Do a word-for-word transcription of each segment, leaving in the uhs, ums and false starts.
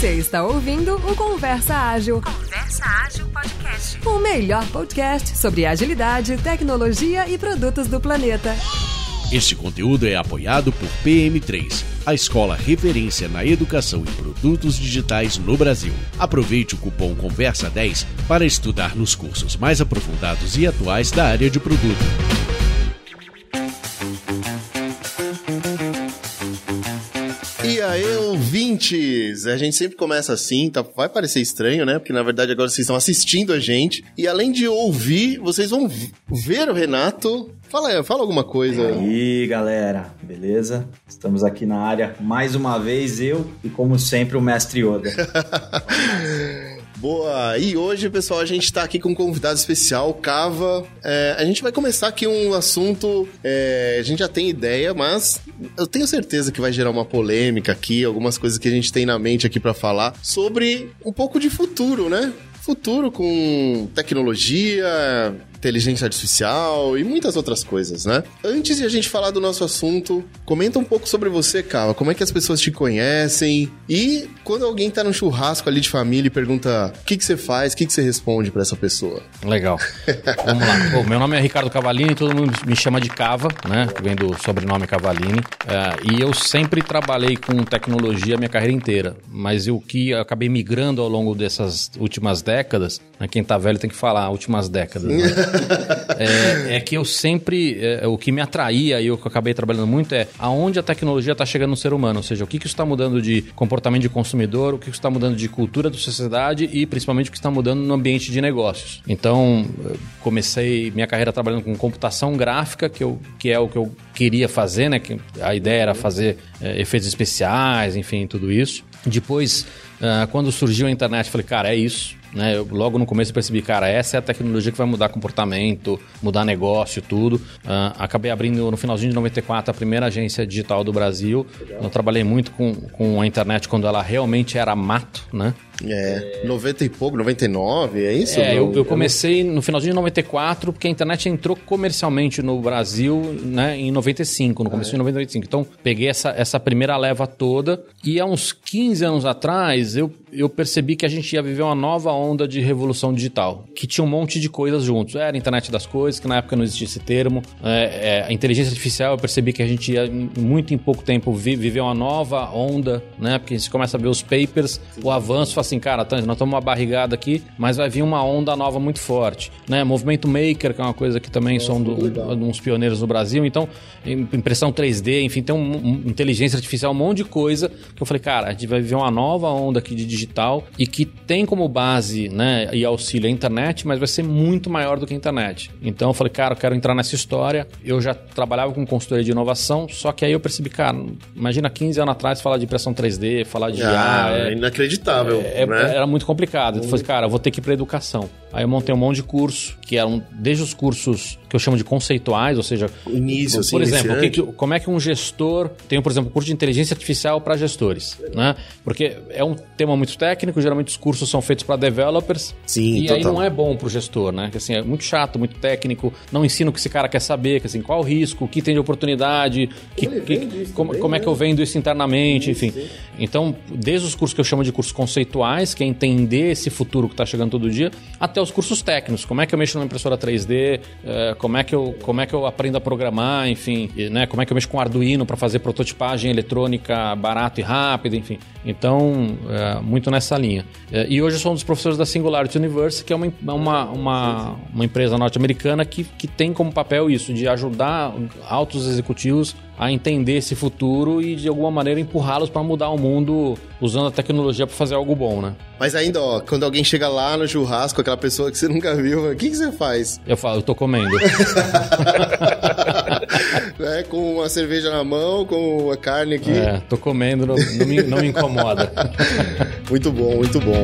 Você está ouvindo o Conversa Ágil. Conversa Ágil Podcast. O melhor podcast sobre agilidade, tecnologia e produtos do planeta. Este conteúdo é apoiado por P M três, a escola referência na educação em produtos digitais no Brasil. Aproveite o cupom Conversa dez para estudar nos cursos mais aprofundados e atuais da área de produto. E aí, ouvintes! A gente sempre começa assim, tá? Vai parecer estranho, né? Porque na verdade agora vocês estão assistindo a gente. E além de ouvir, vocês vão ver o Renato. Fala, fala alguma coisa. E aí, galera, beleza? Estamos aqui na área mais uma vez, eu e como sempre o Mestre Yoda. Boa! E hoje, pessoal, a gente tá aqui com um convidado especial, Cava. É, a gente vai começar aqui um assunto, é, a gente já tem ideia, mas eu tenho certeza que vai gerar uma polêmica aqui, algumas coisas que a gente tem na mente aqui pra falar, sobre um pouco de futuro, né? Futuro com tecnologia, inteligência artificial e muitas outras coisas, né? Antes de a gente falar do nosso assunto, comenta um pouco sobre você, Cava. Como é que as pessoas te conhecem? E quando alguém tá num churrasco ali de família e pergunta o que que você faz, o que que você responde pra essa pessoa? Legal. Vamos lá. Bom, meu nome é Ricardo Cavalini, todo mundo me chama de Cava, né? Vem do sobrenome Cavalini. Uh, e eu sempre trabalhei com tecnologia a minha carreira inteira. Mas o que eu acabei migrando ao longo dessas últimas décadas, né? Quem tá velho tem que falar, últimas décadas, né? É, é que eu sempre, é, o que me atraía e eu que acabei trabalhando muito é aonde a tecnologia está chegando no ser humano, ou seja, o que, que isso está mudando de comportamento de consumidor, o que, que isso está mudando de cultura da sociedade e principalmente o que está mudando no ambiente de negócios. Então, comecei minha carreira trabalhando com computação gráfica, que, eu, que é o que eu queria fazer, né? Que a ideia era fazer é, efeitos especiais, enfim, tudo isso. Depois, uh, quando surgiu a internet, eu falei, cara, é isso. Né? Eu, logo no começo eu percebi, cara, essa é a tecnologia que vai mudar comportamento, mudar negócio, tudo. Uh, acabei abrindo no finalzinho de noventa e quatro a primeira agência digital do Brasil. Legal. Eu trabalhei muito com, com a internet quando ela realmente era mato, né? É, noventa e pouco, noventa e nove, é isso? É, eu, eu comecei no finalzinho de noventa e quatro, porque a internet entrou comercialmente no Brasil, né, em noventa e cinco, no começo ah, é. de noventa e cinco. Então, peguei essa, essa primeira leva toda e há uns quinze anos atrás, eu, eu percebi que a gente ia viver uma nova onda de revolução digital, que tinha um monte de coisas juntos. Era a internet das coisas, que na época não existia esse termo. É, é, a inteligência artificial, eu percebi que a gente ia, muito em pouco tempo, vi, viver uma nova onda, né, porque a gente começa a ver os papers, Sim. o avanço, fala assim, cara, nós estamos uma barrigada aqui, mas vai vir uma onda nova muito forte, né? Movimento Maker, que é uma coisa que também Nossa, são do, uns pioneiros no Brasil, então impressão três D, enfim, tem um, um, inteligência artificial, um monte de coisa que eu falei, cara, a gente vai viver uma nova onda aqui de digital e que tem como base, né, e auxílio a internet, mas vai ser muito maior do que a internet. Então eu falei, cara, eu quero entrar nessa história. Eu já trabalhava com consultoria de inovação, só que aí eu percebi, cara, imagina quinze anos atrás falar de impressão três D, falar de ah, I A. É inacreditável, é, né? Era muito complicado. Eu falei, cara, eu vou ter que ir para educação. Aí eu montei um monte de curso, que eram desde os cursos que eu chamo de conceituais, ou seja, início, por, assim, por exemplo, o que que, iniciante. como é que um gestor tem, por exemplo, curso de inteligência artificial para gestores, né? Porque é um tema muito técnico, geralmente os cursos são feitos para developers. Sim, e total. aí não é bom para o gestor, né? Que, assim, é muito chato, muito técnico, não ensina o que esse cara quer saber, que, assim, qual o risco, o que tem de oportunidade, que, que, isso, como, como é que eu vendo isso internamente, enfim. Sim. Então, desde os cursos que eu chamo de cursos conceituais, que é entender esse futuro que está chegando todo dia, até os cursos técnicos, como é que eu mexo numa impressora três D, uh, como, é que eu, como é que eu aprendo a programar, enfim, né? Como é que eu mexo com Arduino para fazer prototipagem eletrônica barato e rápido, enfim. Então, uh, muito nessa linha. Uh, e hoje eu sou um dos professores da Singularity University, que é uma, uma, uma, uma empresa norte-americana que, que tem como papel isso, de ajudar altos executivos a entender esse futuro e de alguma maneira empurrá-los para mudar o mundo usando a tecnologia para fazer algo bom, né? Mas ainda, ó, quando alguém chega lá no churrasco, aquela pessoa que você nunca viu, o que, que você faz? Eu falo, eu tô comendo. É, com uma cerveja na mão, com a carne aqui. É, tô comendo, não, não, me, não me incomoda. Muito bom, muito bom.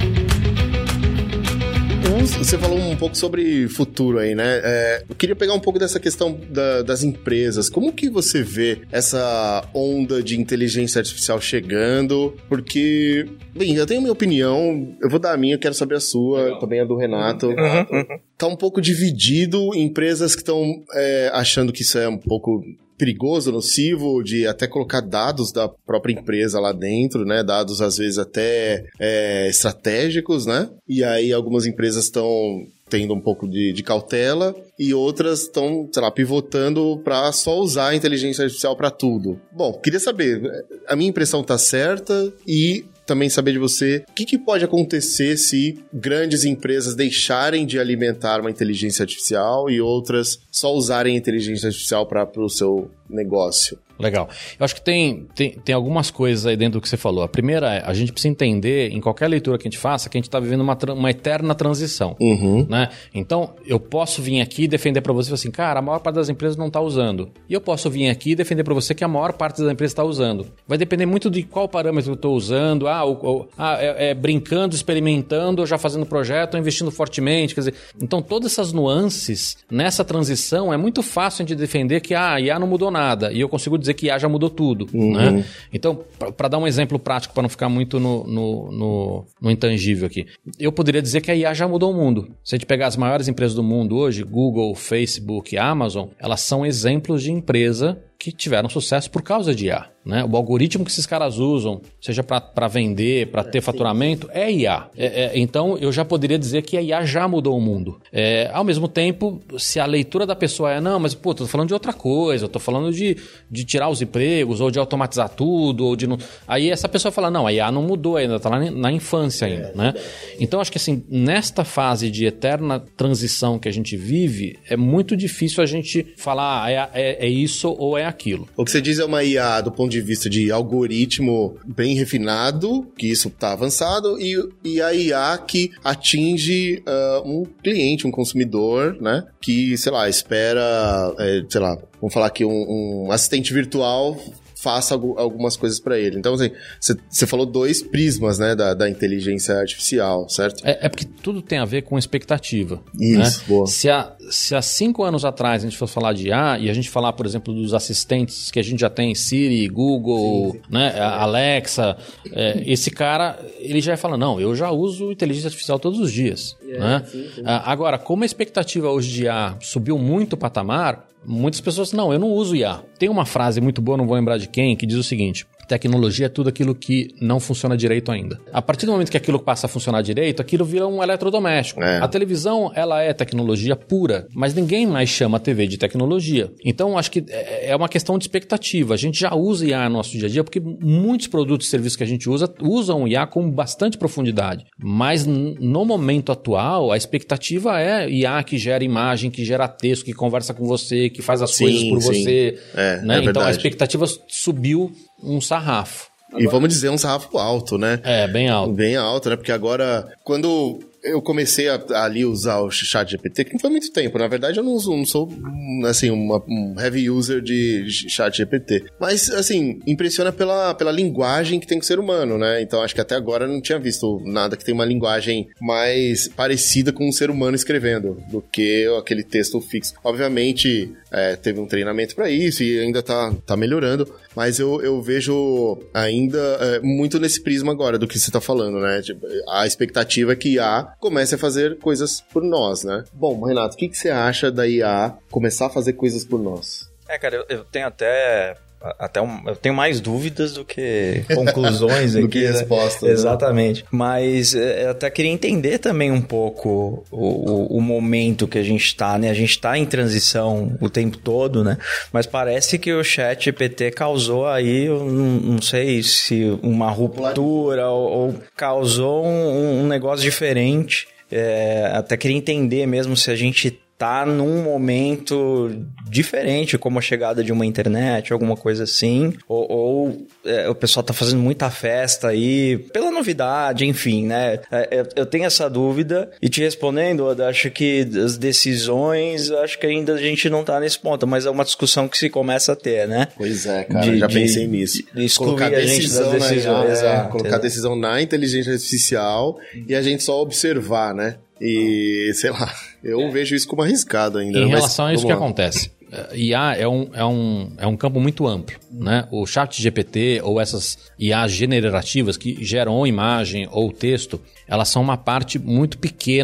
Você falou um pouco sobre futuro aí, né? É, eu queria pegar um pouco dessa questão da, das empresas. Como que você vê essa onda de inteligência artificial chegando? Porque, bem, eu tenho a minha opinião, eu vou dar a minha, eu quero saber a sua, Legal. Também a do Renato. Uhum, uhum. Tá um pouco dividido, empresas que estão é, achando que isso é um pouco perigoso, nocivo, de até colocar dados da própria empresa lá dentro, né? Dados, às vezes, até é, estratégicos, né? E aí, algumas empresas estão tendo um pouco de, de cautela e outras estão, sei lá, pivotando para só usar a inteligência artificial para tudo. Bom, queria saber, a minha impressão tá certa e também saber de você o que, que pode acontecer se grandes empresas deixarem de alimentar uma inteligência artificial e outras só usarem a inteligência artificial para o seu negócio. Legal. Eu acho que tem, tem, tem algumas coisas aí dentro do que você falou. A primeira é, a gente precisa entender, em qualquer leitura que a gente faça, que a gente está vivendo uma, uma eterna transição. Uhum. Né? Então, eu posso vir aqui e defender para você assim, cara, a maior parte das empresas não está usando. E eu posso vir aqui e defender para você que a maior parte das empresas está usando. Vai depender muito de qual parâmetro eu estou usando. Ah, ou, ou, ah é, é brincando, experimentando, ou já fazendo projeto, ou investindo fortemente. Quer dizer, então, todas essas nuances nessa transição é muito fácil a gente defender que ah, a I A não mudou nada. E eu consigo dizer que I A já mudou tudo. Uhum. Né? Então, para dar um exemplo prático, para não ficar muito no, no, no, no intangível aqui, eu poderia dizer que a I A já mudou o mundo. Se a gente pegar as maiores empresas do mundo hoje, Google, Facebook, Amazon, elas são exemplos de empresa que tiveram sucesso por causa de I A. Né? O algoritmo que esses caras usam, seja para vender, para ter faturamento, é I A. É, é, então, eu já poderia dizer que a I A já mudou o mundo. É, ao mesmo tempo, se a leitura da pessoa é, não, mas pô, tô falando de outra coisa, eu tô falando de, de tirar os empregos, ou de automatizar tudo, ou de não... Aí essa pessoa fala, não, a I A não mudou ainda, tá lá na infância ainda. É, né? Então, acho que assim, nesta fase de eterna transição que a gente vive, é muito difícil a gente falar, ah, é, é, é isso ou é aquilo. O que você diz é uma I A do ponto de vista de algoritmo bem refinado, que isso está avançado, e, e a I A que atinge uh, um cliente, um consumidor, né? Que, sei lá, espera, é, sei lá, vamos falar aqui, um, um assistente virtual faça algumas coisas para ele. Então, assim, você falou dois prismas, né, da, da inteligência artificial, certo? É, é porque tudo tem a ver com expectativa. Isso, né? boa. Se há, se há cinco anos atrás a gente fosse falar de I A e a gente falar, por exemplo, dos assistentes que a gente já tem, Siri, Google, sim, sim. Né, Alexa, é, esse cara, ele já fala, não, eu já uso inteligência artificial todos os dias. Yeah, né? sim, sim. Agora, como a expectativa hoje de I A subiu muito o patamar, muitas pessoas, não, eu não uso I A. Tem uma frase muito boa, não vou lembrar de quem, que diz o seguinte: tecnologia é tudo aquilo que não funciona direito ainda. A partir do momento que aquilo passa a funcionar direito, aquilo vira um eletrodoméstico. É. A televisão, ela é tecnologia pura, mas ninguém mais chama a T V de tecnologia. Então, acho que é uma questão de expectativa. A gente já usa I A no nosso dia a dia, porque muitos produtos e serviços que a gente usa, usam I A com bastante profundidade. Mas, no momento atual, a expectativa é I A que gera imagem, que gera texto, que conversa com você, que faz as sim, coisas por sim. você. É, né? é Então, verdade. a expectativa subiu um sarrafo. E vamos dizer um sarrafo alto, né? É, bem alto. Bem alto, né? Porque agora, quando eu comecei a, a ali usar o chat G P T, que não foi muito tempo, na verdade eu não, não sou, assim, uma, um heavy user de chat G P T. Mas, assim, impressiona pela, pela linguagem que tem com o ser humano, né? Então, acho que até agora eu não tinha visto nada que tem uma linguagem mais parecida com um ser humano escrevendo do que aquele texto fixo. Obviamente, é, teve um treinamento para isso e ainda tá, tá melhorando, mas eu, eu vejo ainda é, muito nesse prisma agora do que você tá falando, né? Tipo, a expectativa é que I A comece a fazer coisas por nós, né? Bom, Renato, o que, que você acha da I A começar a fazer coisas por nós? É, cara, eu, eu tenho até... Até um, eu tenho mais dúvidas do que conclusões aqui. do que respostas. Né? Exatamente. Mas eu até queria entender também um pouco o, o, o momento que a gente está, né? A gente está em transição o tempo todo, né? Mas parece que o chat G P T causou aí, eu não, não sei se uma ruptura ou, ou causou um, um negócio diferente. É, até queria entender mesmo se a gente tá num momento diferente, como a chegada de uma internet, alguma coisa assim, ou, ou é, o pessoal tá fazendo muita festa aí, pela novidade, enfim, né? É, eu tenho essa dúvida, e te respondendo, eu acho que as decisões, acho que ainda a gente não tá nesse ponto, mas é uma discussão que se começa a ter, né? Pois é, cara, de, já de, pensei nisso. De excluir colocar a gente das decisões. É, colocar a decisão na inteligência artificial e a gente só observar, né? E, sei lá, eu é. vejo isso como arriscado ainda. Em mas, relação a isso que acontece, I A é um, é, um, é um campo muito amplo, né? O chat G P T ou essas I As generativas que geram ou imagem ou texto, elas são uma parte muito pequena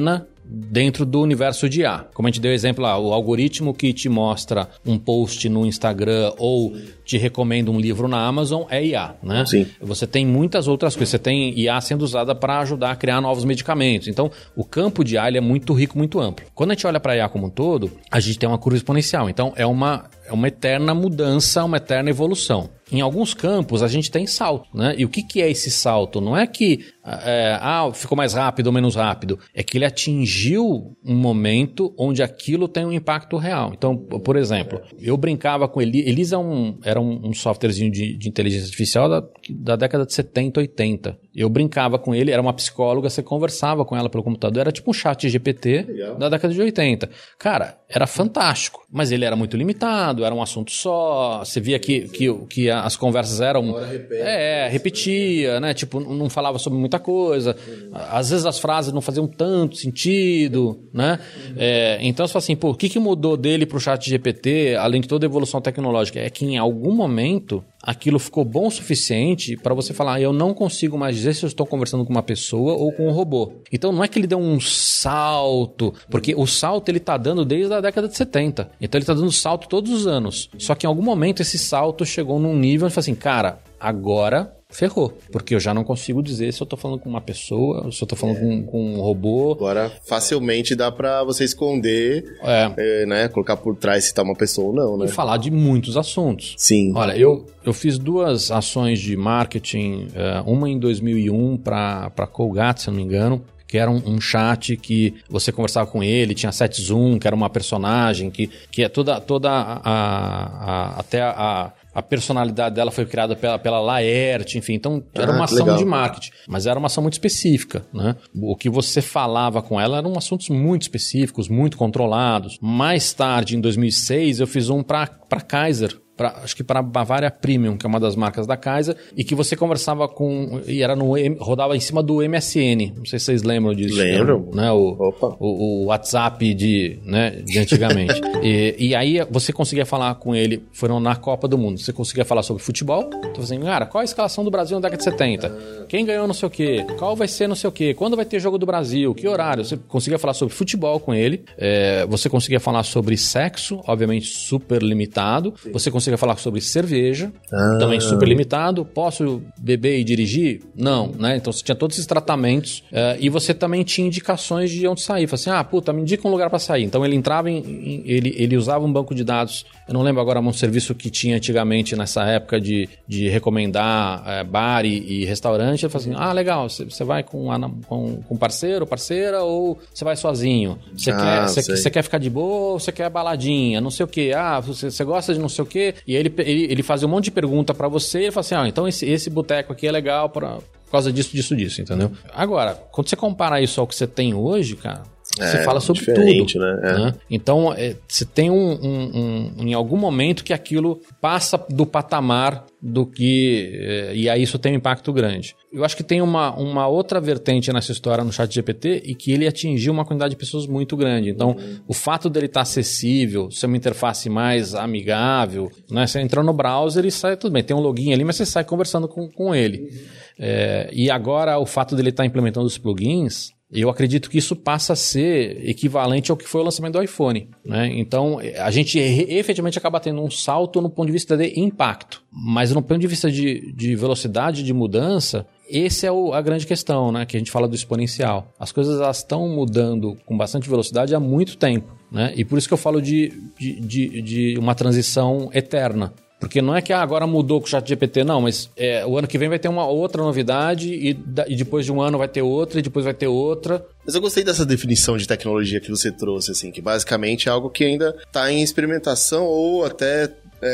dentro do universo de I A. Como a gente deu exemplo lá, o algoritmo que te mostra um post no Instagram ou te recomenda um livro na Amazon é I A, né? Sim. Você tem muitas outras coisas. Você tem I A sendo usada para ajudar a criar novos medicamentos. Então, o campo de I A ele é muito rico, muito amplo. Quando a gente olha para I A como um todo, a gente tem uma curva exponencial. Então, é uma, é uma eterna mudança, uma eterna evolução. Em alguns campos, a gente tem salto, né? E o que, que é esse salto? Não é que é, ah, ficou mais rápido ou menos rápido. É que ele atingiu um momento onde aquilo tem um impacto real. Então, por exemplo, eu brincava com ele. Elisa é um, era um, um softwarezinho de, de inteligência artificial da, da década de setenta, oitenta. Eu brincava com ele, era uma psicóloga, você conversava com ela pelo computador, era tipo um chat G P T Legal. Da década de oitenta. Cara, era fantástico, mas ele era muito limitado, era um assunto só, você via que, que, que as conversas eram... É, repetia, né? Tipo, não falava sobre muita coisa. Às vezes as frases não faziam tanto sentido, né? É, então você fala assim, pô, o que, que mudou dele pro chat G P T, além de toda a evolução tecnológica? É que em algum momento aquilo ficou bom o suficiente para você falar, eu não consigo mais dizer se eu estou conversando com uma pessoa ou com um robô. Então não é que ele deu um salto, porque o salto ele tá dando desde a década de setenta. Então ele tá dando salto todos os anos. Só que em algum momento esse salto chegou num nível e falou assim, cara, agora ferrou, porque eu já não consigo dizer se eu tô falando com uma pessoa, se eu tô falando é. com, com um robô. Agora, facilmente dá pra você esconder, é. É, né? Colocar por trás se tá uma pessoa ou não, né? E falar de muitos assuntos. Sim. Olha, eu, eu fiz duas ações de marketing, uma em dois mil e um pra, pra Colgate, se eu não me engano, que era um, um chat que você conversava com ele, tinha set zoom, que era uma personagem, que, que é toda, toda a, a, a até a, a personalidade dela foi criada pela, pela Laerte, enfim, então era ah, uma ação legal. De marketing, mas era uma ação muito específica, né? O que você falava com ela eram assuntos muito específicos, muito controlados. Mais tarde, em dois mil e seis, eu fiz um para para Kaiser, Pra, acho que para a Bavária Premium, que é uma das marcas da Kaiser, e que você conversava com... e era no rodava em cima do M S N. Não sei se vocês lembram disso. Lembro. Né? O, o, o WhatsApp de, né, de antigamente. e, e aí você conseguia falar com ele, foram na Copa do Mundo, você conseguia falar sobre futebol. Então assim, cara, qual a escalação do Brasil na década de setenta? Quem ganhou não sei o quê? Qual vai ser não sei o quê? Quando vai ter jogo do Brasil? Que horário? Você conseguia falar sobre futebol com ele. É, você conseguia falar sobre sexo, obviamente super limitado. Sim. Você conseguia falar sobre cerveja, ah. também super limitado. Posso beber e dirigir? Não, né? Então você tinha todos esses tratamentos uh, e você também tinha indicações de onde sair. Falei assim, ah, puta, me indica um lugar para sair. Então ele entrava em, em... ele, ele usava um banco de dados, eu não lembro agora um serviço que tinha antigamente nessa época de, de recomendar uh, bar e, e restaurante. Ele falou assim, ah, legal, você vai com, com, com parceiro, parceira ou você vai sozinho? Você ah, quer, você quer ficar de boa ou você quer baladinha? Não sei o quê. Ah, você, você gosta de não sei o quê? E aí ele, ele, ele fazia um monte de pergunta pra você e ele fala assim, ah, então esse, esse boteco aqui é legal pra, por causa disso, disso, disso, entendeu? Agora, quando você compara isso ao que você tem hoje, cara, você é, fala sobre tudo. Né? É. Né? Então, é, você tem um, um, um... em algum momento que aquilo passa do patamar do que... É, e aí isso tem um impacto grande. Eu acho que tem uma, uma outra vertente nessa história no chat G P T e que ele atingiu uma quantidade de pessoas muito grande. Então, uhum. o fato dele estar acessível, ser uma interface mais amigável, né? Você entra no browser e sai tudo bem. Tem um login ali, mas você sai conversando com, com ele. Uhum. É, e agora, o fato dele estar implementando os plugins... Eu acredito que isso passa a ser equivalente ao que foi o lançamento do iPhone, né? Então, a gente efetivamente acaba tendo um salto no ponto de vista de impacto. Mas no ponto de vista de, de velocidade de mudança, esse é o, a grande questão, né? Que a gente fala do exponencial. As coisas elas estão mudando com bastante velocidade há muito tempo, né? E por isso que eu falo de, de, de, de uma transição eterna. Porque não é que ah, agora mudou com o chat G P T, não, mas é, o ano que vem vai ter uma outra novidade e, e depois de um ano vai ter outra e depois vai ter outra. Mas eu gostei dessa definição de tecnologia que você trouxe, assim, que basicamente é algo que ainda está em experimentação ou até...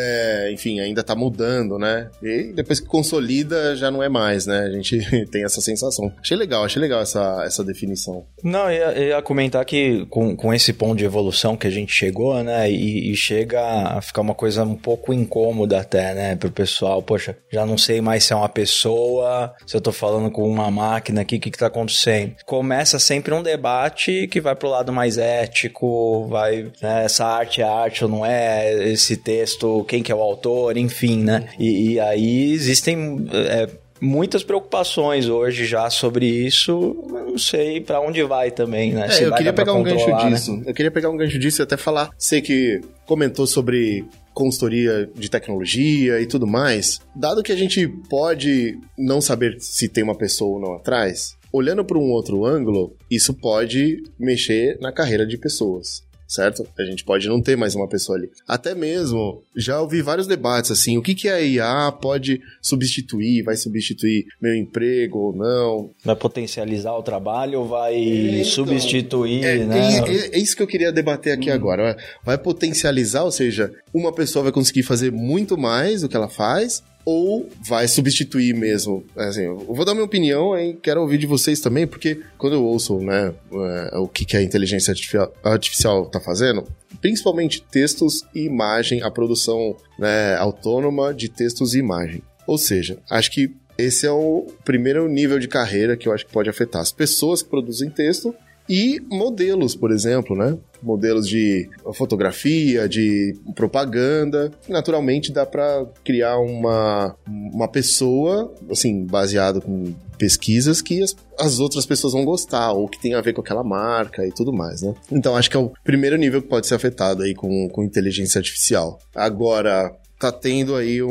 É, enfim, ainda tá mudando, né? E depois que consolida, já não é mais, né? A gente tem essa sensação. Achei legal, achei legal essa, essa definição. Não, eu ia, eu ia comentar que com, com esse ponto de evolução que a gente chegou, né? E, e chega a ficar uma coisa um pouco incômoda até, né? Pro pessoal, poxa, já não sei mais se é uma pessoa, se eu tô falando com uma máquina aqui, o que que tá acontecendo? Começa sempre um debate que vai pro lado mais ético, vai, né? Essa arte é arte ou não é? Esse texto... quem que é o autor, enfim, né? E, e aí existem é, muitas preocupações hoje já sobre isso, mas não sei para onde vai também, né? É, eu queria pegar um gancho disso. Né? Eu queria pegar um gancho disso e até falar. Sei que comentou sobre consultoria de tecnologia e tudo mais. Dado que a gente pode não saber se tem uma pessoa ou não atrás, olhando para um outro ângulo, isso pode mexer na carreira de pessoas. Certo? A gente pode não ter mais uma pessoa ali. Até mesmo, já ouvi vários debates, assim, o que, que a I A pode substituir, vai substituir meu emprego ou não? Vai potencializar o trabalho ou vai então, substituir, é, né? É, é, é isso que eu queria debater aqui hum. agora. Vai potencializar, ou seja, uma pessoa vai conseguir fazer muito mais do que ela faz, ou vai substituir mesmo. Assim, eu vou dar minha opinião e quero ouvir de vocês também, porque quando eu ouço, né, o que a inteligência artificial está fazendo, principalmente textos e imagem, a produção, né, autônoma de textos e imagem. Ou seja, acho que esse é o primeiro nível de carreira que eu acho que pode afetar as pessoas que produzem texto e modelos, por exemplo, né? Modelos de fotografia, de propaganda. Naturalmente dá para criar uma, uma pessoa, assim, baseado com pesquisas que as, as outras pessoas vão gostar, ou que tem a ver com aquela marca e tudo mais, né? Então acho que é o primeiro nível que pode ser afetado aí com, com inteligência artificial. Agora, tá tendo aí um...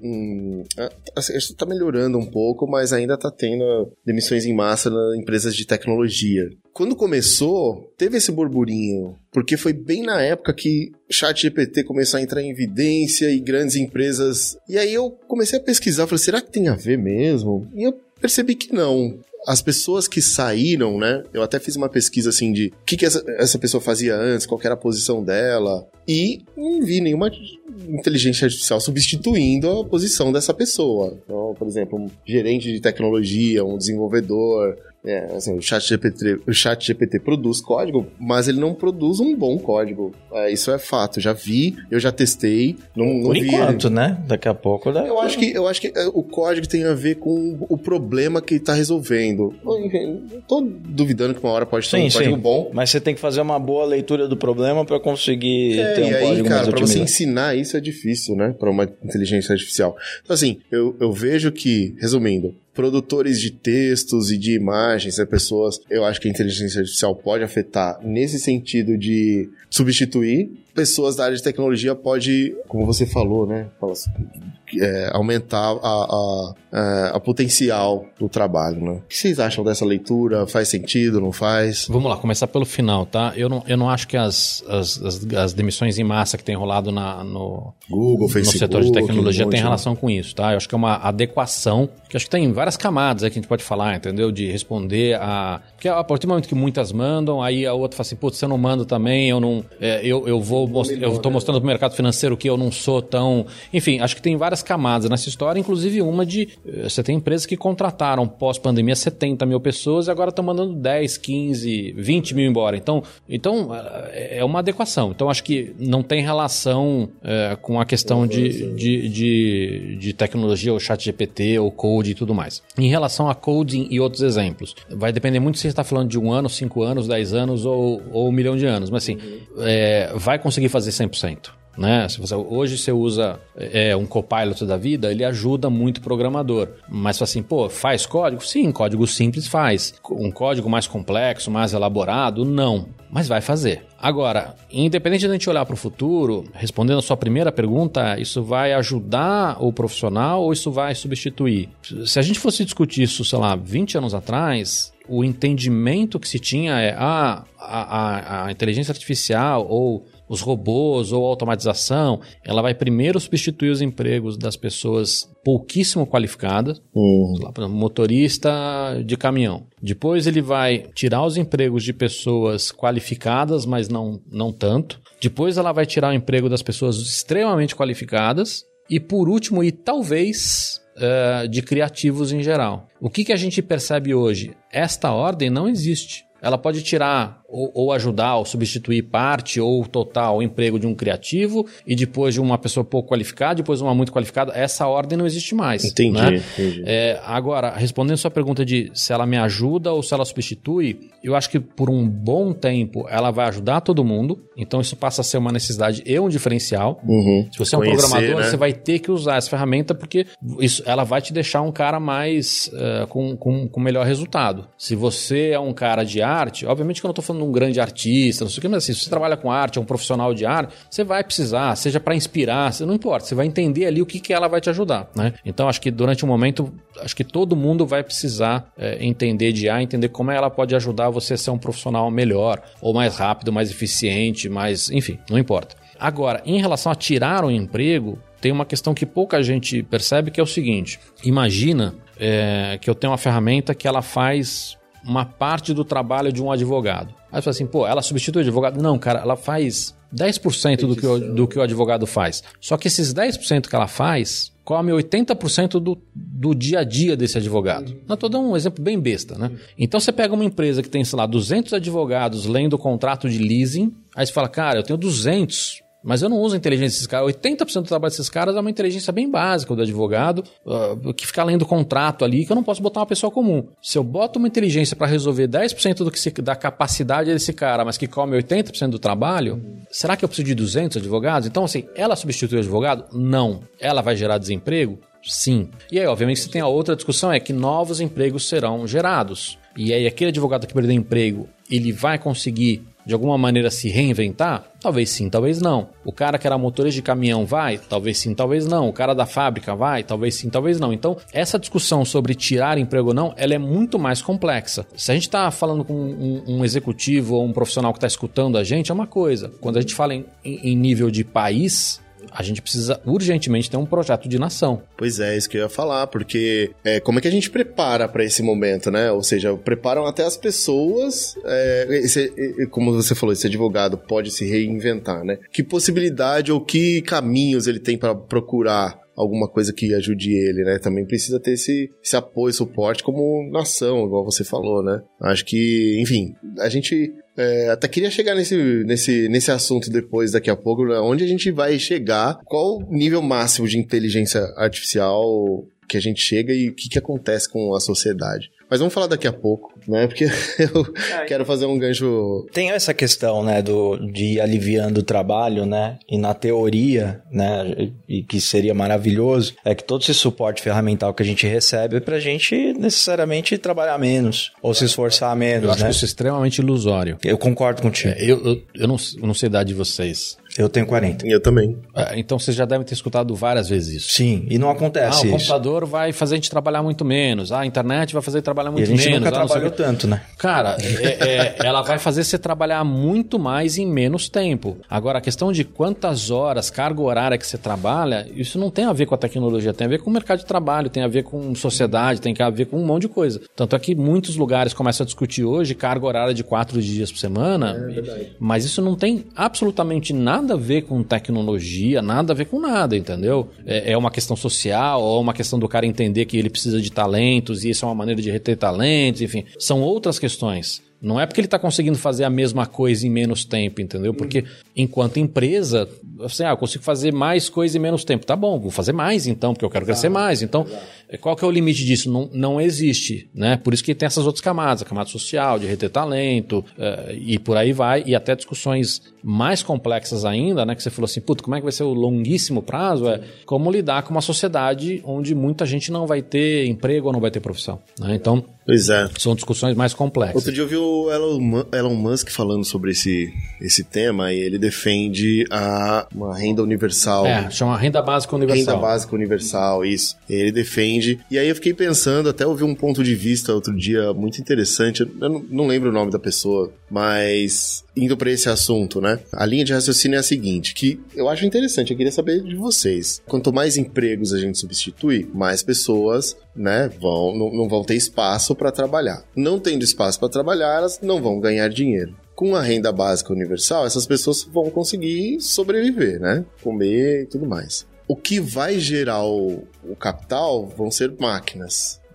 um assim, tá melhorando um pouco, mas ainda tá tendo demissões em massa nas empresas de tecnologia. Quando começou, teve esse burburinho, porque foi bem na época que ChatGPT começou a entrar em evidência e grandes empresas... E aí eu comecei a pesquisar, falei, será que tem a ver mesmo? E eu percebi que não. As pessoas que saíram, né? Eu até fiz uma pesquisa assim de o que, que essa, essa pessoa fazia antes, qual que era a posição dela, e não vi nenhuma inteligência artificial substituindo a posição dessa pessoa. Então, por exemplo, um gerente de tecnologia, um desenvolvedor. É, assim, o ChatGPT, o ChatGPT produz código, mas ele não produz um bom código. É, isso é fato. Já vi, eu já testei. Não, não Por vi enquanto, ele. né? Daqui a pouco... Dá... Eu acho que, eu acho que o código tem a ver com o problema que ele está resolvendo. Não tô duvidando que uma hora pode ser sim, um código sim. bom. Mas você tem que fazer uma boa leitura do problema para conseguir é, ter um e aí, código cara, mais para você otimizado. ensinar isso é difícil, né? Para uma inteligência artificial. Então, assim, eu, eu vejo que, resumindo, produtores de textos e de imagens, né, pessoas, eu acho que a inteligência artificial pode afetar nesse sentido de substituir. Pessoas da área de tecnologia pode, como você falou, né, é, aumentar a, a, a, a potencial do trabalho, né? O que vocês acham dessa leitura? Faz sentido, não faz? Vamos lá, começar pelo final, tá? Eu não, eu não acho que as, as, as, as demissões em massa que tem rolado na, no, Google, Facebook, no setor de tecnologia um tem monte, relação né? com isso, tá? Eu acho que é uma adequação, que acho que tem várias camadas aí que a gente pode falar, entendeu? De responder a... Porque a partir do momento que muitas mandam, aí a outra fala assim, putz, se eu não mando também, eu não... É, eu, eu vou... Most... Eu tô mostrando pro mercado financeiro que eu não sou tão... Enfim, acho que tem várias camadas nessa história, inclusive uma de... Você tem empresas que contrataram pós-pandemia setenta mil pessoas e agora estão mandando dez, quinze, vinte mil embora. Então, então é uma adequação. Então, acho que não tem relação é, com a questão de, de, de, de tecnologia, ou chat G P T, ou code e tudo mais. Em relação a coding e outros exemplos, vai depender muito se você está falando de um ano, cinco anos, dez anos ou, ou um milhão de anos. Mas assim, é, vai conseguir fazer cem por cento. Né? Se você, hoje você usa é, um Copilot da vida, ele ajuda muito o programador. Mas assim, pô, faz código? Sim, código simples faz. Um código mais complexo, mais elaborado? Não. Mas vai fazer. Agora, independente de a gente olhar para o futuro, respondendo a sua primeira pergunta, isso vai ajudar o profissional ou isso vai substituir? Se a gente fosse discutir isso, sei lá, vinte anos atrás, o entendimento que se tinha é ah, a, a, a inteligência artificial ou os robôs ou a automatização, ela vai primeiro substituir os empregos das pessoas pouquíssimo qualificadas, uhum. lá, por exemplo, motorista de caminhão. Depois ele vai tirar os empregos de pessoas qualificadas, mas não, não tanto. Depois ela vai tirar o emprego das pessoas extremamente qualificadas. E por último, e talvez... Uh, de criativos em geral. O que, que a gente percebe hoje? Esta ordem não existe. Ela pode tirar ou, ou ajudar ou substituir parte ou total o emprego de um criativo e depois de uma pessoa pouco qualificada, depois uma muito qualificada. Essa ordem não existe mais. Entendi, né? entendi. É, agora, respondendo a sua pergunta de se ela me ajuda ou se ela substitui, eu acho que por um bom tempo ela vai ajudar todo mundo, então isso passa a ser uma necessidade e um diferencial. Uhum. Se você é um Conhecer, programador, né? você vai ter que usar essa ferramenta porque isso, ela vai te deixar um cara mais uh, com, com, com melhor resultado. Se você é um cara de arte, obviamente que eu não estou falando de um grande artista, não sei o que, mas assim, se você trabalha com arte, é um profissional de arte, você vai precisar, seja para inspirar, não importa, você vai entender ali o que, que ela vai te ajudar, né? Então acho que durante um momento, acho que todo mundo vai precisar é, entender de A, entender como ela pode ajudar você a ser um profissional melhor, ou mais rápido, mais eficiente, mais, enfim, não importa. Agora, em relação a tirar um emprego, tem uma questão que pouca gente percebe, que é o seguinte: imagina é, que eu tenho uma ferramenta que ela faz uma parte do trabalho de um advogado. Aí você fala assim, pô, ela substitui o advogado? Não, cara, ela faz dez por cento do que, o, do que o advogado faz. Só que esses dez por cento que ela faz come oitenta por cento do, do dia a dia desse advogado. Uhum. Eu estou dando um exemplo bem besta, né? Uhum. Então você pega uma empresa que tem, sei lá, duzentos advogados lendo o contrato de leasing, aí você fala, cara, eu tenho duzentos, mas eu não uso a inteligência desses caras. oitenta por cento do trabalho desses caras é uma inteligência bem básica do advogado, uh, que fica lendo o contrato ali, que eu não posso botar uma pessoa comum. Se eu boto uma inteligência para resolver dez por cento do que se, da capacidade desse cara, mas que come oitenta por cento do trabalho, uhum. será que eu preciso de duzentos advogados? Então, assim, ela substitui o advogado? Não. Ela vai gerar desemprego? Sim. E aí, obviamente, você tem a outra discussão, é que novos empregos serão gerados. E aí, aquele advogado que perdeu emprego, ele vai conseguir de alguma maneira se reinventar? Talvez sim, talvez não. O cara que era motorista de caminhão vai? Talvez sim, talvez não. O cara da fábrica vai? Talvez sim, talvez não. Então, essa discussão sobre tirar emprego ou não, ela é muito mais complexa. Se a gente está falando com um, um executivo ou um profissional que está escutando a gente, é uma coisa. Quando a gente fala em, em nível de país, a gente precisa urgentemente ter um projeto de nação. Pois é, isso que eu ia falar, porque é, como é que a gente prepara para esse momento, né? Ou seja, preparam até as pessoas, é, esse, como você falou, esse advogado pode se reinventar, né? Que possibilidade ou que caminhos ele tem para procurar alguma coisa que ajude ele, né? Também precisa ter esse, esse apoio, suporte como nação, igual você falou, né? Acho que, enfim, a gente é, até queria chegar nesse, nesse, nesse assunto depois, daqui a pouco, né? Onde a gente vai chegar, qual o nível máximo de inteligência artificial que a gente chega e o que, que acontece com a sociedade. Mas vamos falar daqui a pouco, né? Porque eu é, quero fazer um gancho... Tem essa questão, né, do, de ir aliviando o trabalho, né? E na teoria, né, e que seria maravilhoso, é que todo esse suporte ferramental que a gente recebe é pra gente necessariamente trabalhar menos, ou se esforçar menos, eu acho né? isso extremamente ilusório. Eu concordo contigo. É, eu, eu, eu, não, eu não sei a idade de vocês. Eu tenho quarenta. Eu também. É, então vocês já devem ter escutado várias vezes isso. Sim, e não acontece ah, isso. O computador vai fazer a gente trabalhar muito menos. Ah, a internet vai fazer trabalhar muito menos. E a gente menos. nunca ah, trabalhou tanto, né? Cara, é, é, ela vai fazer você trabalhar muito mais em menos tempo. Agora, a questão de quantas horas, carga horária que você trabalha, isso não tem a ver com a tecnologia, tem a ver com o mercado de trabalho, tem a ver com sociedade, tem a ver com um monte de coisa. Tanto é que muitos lugares começam a discutir hoje carga horária de quatro dias por semana, é verdade. Mas isso não tem absolutamente nada a ver com tecnologia. tecnologia, nada a ver com nada, entendeu? É, é uma questão social, ou uma questão do cara entender que ele precisa de talentos, e isso é uma maneira de reter talentos, enfim. São outras questões. Não é porque ele está conseguindo fazer a mesma coisa em menos tempo, entendeu? Porque uhum. enquanto empresa, assim, ah, eu consigo fazer mais coisa em menos tempo. Tá bom, vou fazer mais então, porque eu quero crescer mais. Então, qual que é o limite disso? Não, não existe, né? Por isso que tem essas outras camadas, a camada social, de reter talento, uh, e por aí vai, e até discussões mais complexas ainda, né? Que você falou assim, puta, como é que vai ser o longuíssimo prazo? É como lidar com uma sociedade onde muita gente não vai ter emprego ou não vai ter profissão, né? Então, pois é. São discussões mais complexas. Outro dia eu vi o Elon, Elon Musk falando sobre esse, esse tema, e ele defende a, uma renda universal. É, chama renda básica universal. Renda básica universal, isso. Ele defende. E aí eu fiquei pensando, até ouvi um ponto de vista outro dia muito interessante, eu não, não lembro o nome da pessoa, mas indo para esse assunto, né? A linha de raciocínio é a seguinte, que eu acho interessante, eu queria saber de vocês. Quanto mais empregos a gente substitui, mais pessoas, né, vão, não, não vão ter espaço para trabalhar. Não tendo espaço para trabalhar, elas não vão ganhar dinheiro. Com a renda básica universal, essas pessoas vão conseguir sobreviver, né? Comer e tudo mais. O que vai gerar o, o capital vão ser máquinas.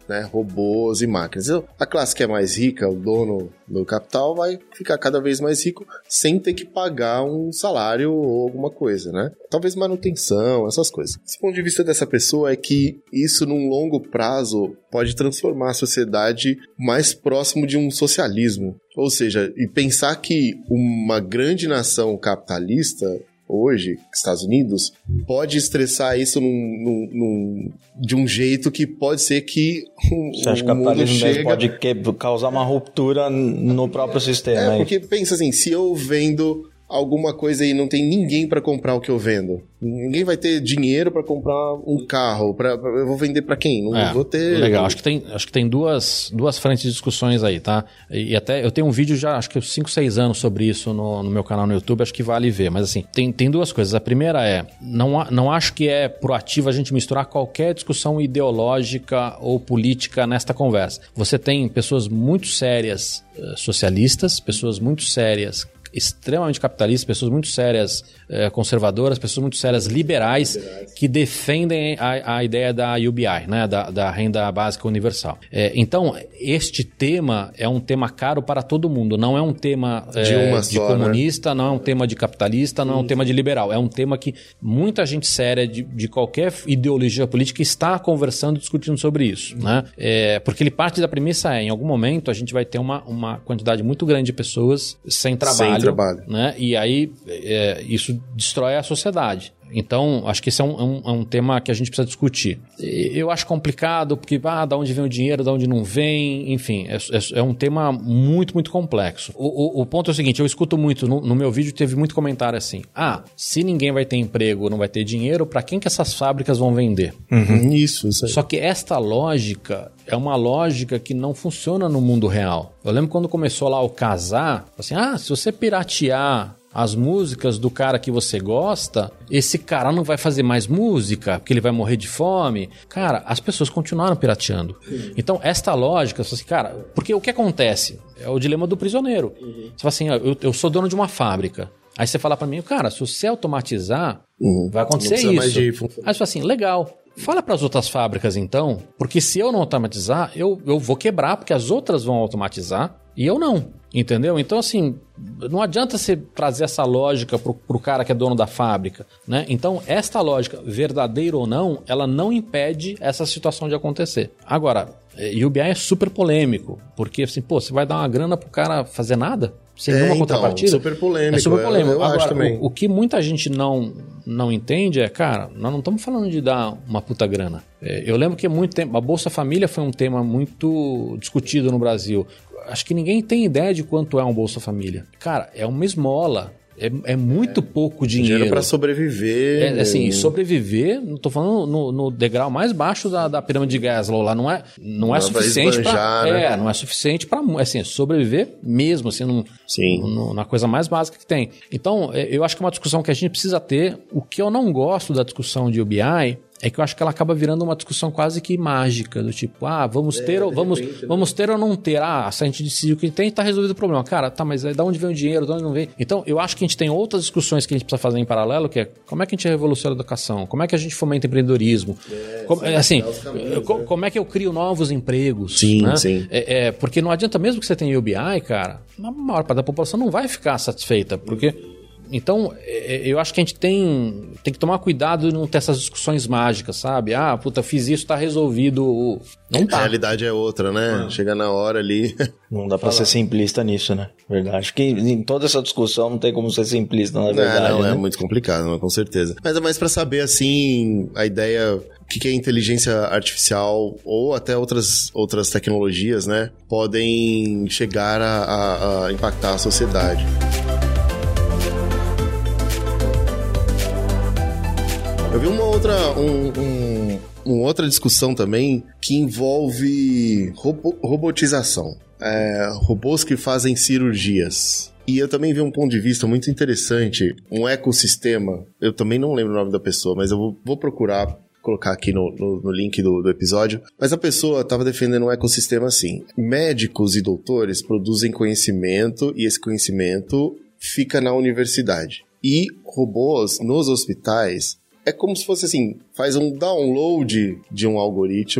né? Robôs e máquinas. Então, a classe que é mais rica, o dono do capital, vai ficar cada vez mais rico sem ter que pagar um salário ou alguma coisa, né? Talvez manutenção, essas coisas. Esse ponto de vista dessa pessoa é que isso, num longo prazo, pode transformar a sociedade mais próximo de um socialismo. Ou seja, e pensar que uma grande nação capitalista hoje, Estados Unidos, pode estressar isso num, num, num, de um jeito que pode ser que um, Você acha que o capitalismo chega... pode que, causar uma ruptura no próprio sistema? É, porque pensa assim, se eu vendo alguma coisa e não tem ninguém para comprar o que eu vendo, ninguém vai ter dinheiro para comprar um carro, pra, pra, eu vou vender para quem? Não é, vou ter... Legal, acho que tem, acho que tem duas, duas frentes de discussões aí, tá? E, e até eu tenho um vídeo já, acho que cinco, seis anos sobre isso no, no meu canal no YouTube, acho que vale ver, mas assim, tem, tem duas coisas. A primeira é, não, não acho que é proativo a gente misturar qualquer discussão ideológica ou política nesta conversa. Você tem pessoas muito sérias uh, socialistas, pessoas muito sérias extremamente capitalistas, pessoas muito sérias eh, conservadoras, pessoas muito sérias liberais, liberais. que defendem a, a ideia da U B I, né, da, da renda básica universal. É, então, este tema é um tema caro para todo mundo, não é um tema é, de, uma de só, comunista, né? Não é um tema de capitalista, não Sim. é um tema de liberal, é um tema que muita gente séria de, de qualquer ideologia política está conversando, discutindo sobre isso, uhum. né? É, porque ele parte da premissa é, em algum momento a gente vai ter uma, uma quantidade muito grande de pessoas sem trabalho, sem trabalho. Né? E aí é, isso destrói a sociedade. Então, acho que esse é um, é, um, é um tema que a gente precisa discutir. Eu acho complicado, porque, ah, da onde vem o dinheiro, da onde não vem, enfim, é, é, é um tema muito, muito complexo. O, o, o ponto é o seguinte, eu escuto muito, no, no meu vídeo teve muito comentário assim, ah, se ninguém vai ter emprego, não vai ter dinheiro, para quem que essas fábricas vão vender? Uhum. Isso, isso aí. Só que esta lógica é uma lógica que não funciona no mundo real. Eu lembro quando começou lá o Casar, assim, ah, se você piratear as músicas do cara que você gosta, esse cara não vai fazer mais música, porque ele vai morrer de fome. Cara, as pessoas continuaram pirateando. Uhum. Então, esta lógica, assim, cara, porque o que acontece? É o dilema do prisioneiro. Uhum. Você fala assim, ó, eu, eu sou dono de uma fábrica. Aí você fala pra mim, cara, se você automatizar, uhum. vai acontecer isso. Mais de... Aí você fala assim, legal. Fala para as outras fábricas então, porque se eu não automatizar, eu, eu vou quebrar, porque as outras vão automatizar e eu não. Entendeu? Então, assim, não adianta você trazer essa lógica pro, pro cara que é dono da fábrica, né? Então, esta lógica, verdadeira ou não, ela não impede essa situação de acontecer. Agora, U B I é super polêmico, porque, assim, pô, você vai dar uma grana pro cara fazer nada? Sem nenhuma é, contrapartida? Então, super polêmico. É super polêmico. Eu, eu Agora, acho também. O, o que muita gente não, não entende é, cara, nós não estamos falando de dar uma puta grana. É, eu lembro que há muito tempo, a Bolsa Família foi um tema muito discutido no Brasil. Acho que ninguém tem ideia de quanto é um Bolsa Família. Cara, é uma esmola. É, é muito é, pouco dinheiro. Dinheiro para sobreviver. É, assim, sobreviver, não tô falando no, no degrau mais baixo da, da pirâmide de Maslow lá, não é, não, não é suficiente para né? É, não é suficiente para assim, sobreviver mesmo, assim, num, Sim. num, na coisa mais básica que tem. Então, eu acho que é uma discussão que a gente precisa ter. O que eu não gosto da discussão de U B I é que eu acho que ela acaba virando uma discussão quase que mágica, do tipo, ah, vamos ter, é, ou, vamos, repente, vamos ter ou não ter, ah, se a gente decidir o que tem, tá resolvido o problema. Cara, tá, mas da onde vem o dinheiro, de onde não vem? Então, eu acho que a gente tem outras discussões que a gente precisa fazer em paralelo, que é como é que a gente revoluciona a educação, como é que a gente fomenta empreendedorismo, é, como, sim, assim, caminhos, co- né? como é que eu crio novos empregos, sim, né? Sim. É, é, porque não adianta, mesmo que você tenha U B I, cara, a maior parte da população não vai ficar satisfeita, porque... Então, eu acho que a gente tem, tem que tomar cuidado e não ter essas discussões mágicas, sabe? Ah, puta, fiz isso, tá resolvido. Não tá. A realidade é outra, né? Ah. Chega na hora ali... Não dá pra ser simplista nisso, né? Verdade. Acho que em toda essa discussão não tem como ser simplista, na verdade. Não, não né? é muito complicado, não, com certeza. Mas é mais pra saber, assim, a ideia... O que é inteligência artificial ou até outras, outras tecnologias, né? Podem chegar a, a, a impactar a sociedade. Eu vi uma outra, um, um, uma outra discussão também que envolve robo, robotização. É, robôs que fazem cirurgias. E eu também vi um ponto de vista muito interessante, um ecossistema. Eu também não lembro o nome da pessoa, mas eu vou, vou procurar colocar aqui no, no, no link do, do episódio. Mas a pessoa estava defendendo um ecossistema assim. Médicos e doutores produzem conhecimento e esse conhecimento fica na universidade. E robôs nos hospitais... É como se fosse assim, faz um download de um algoritmo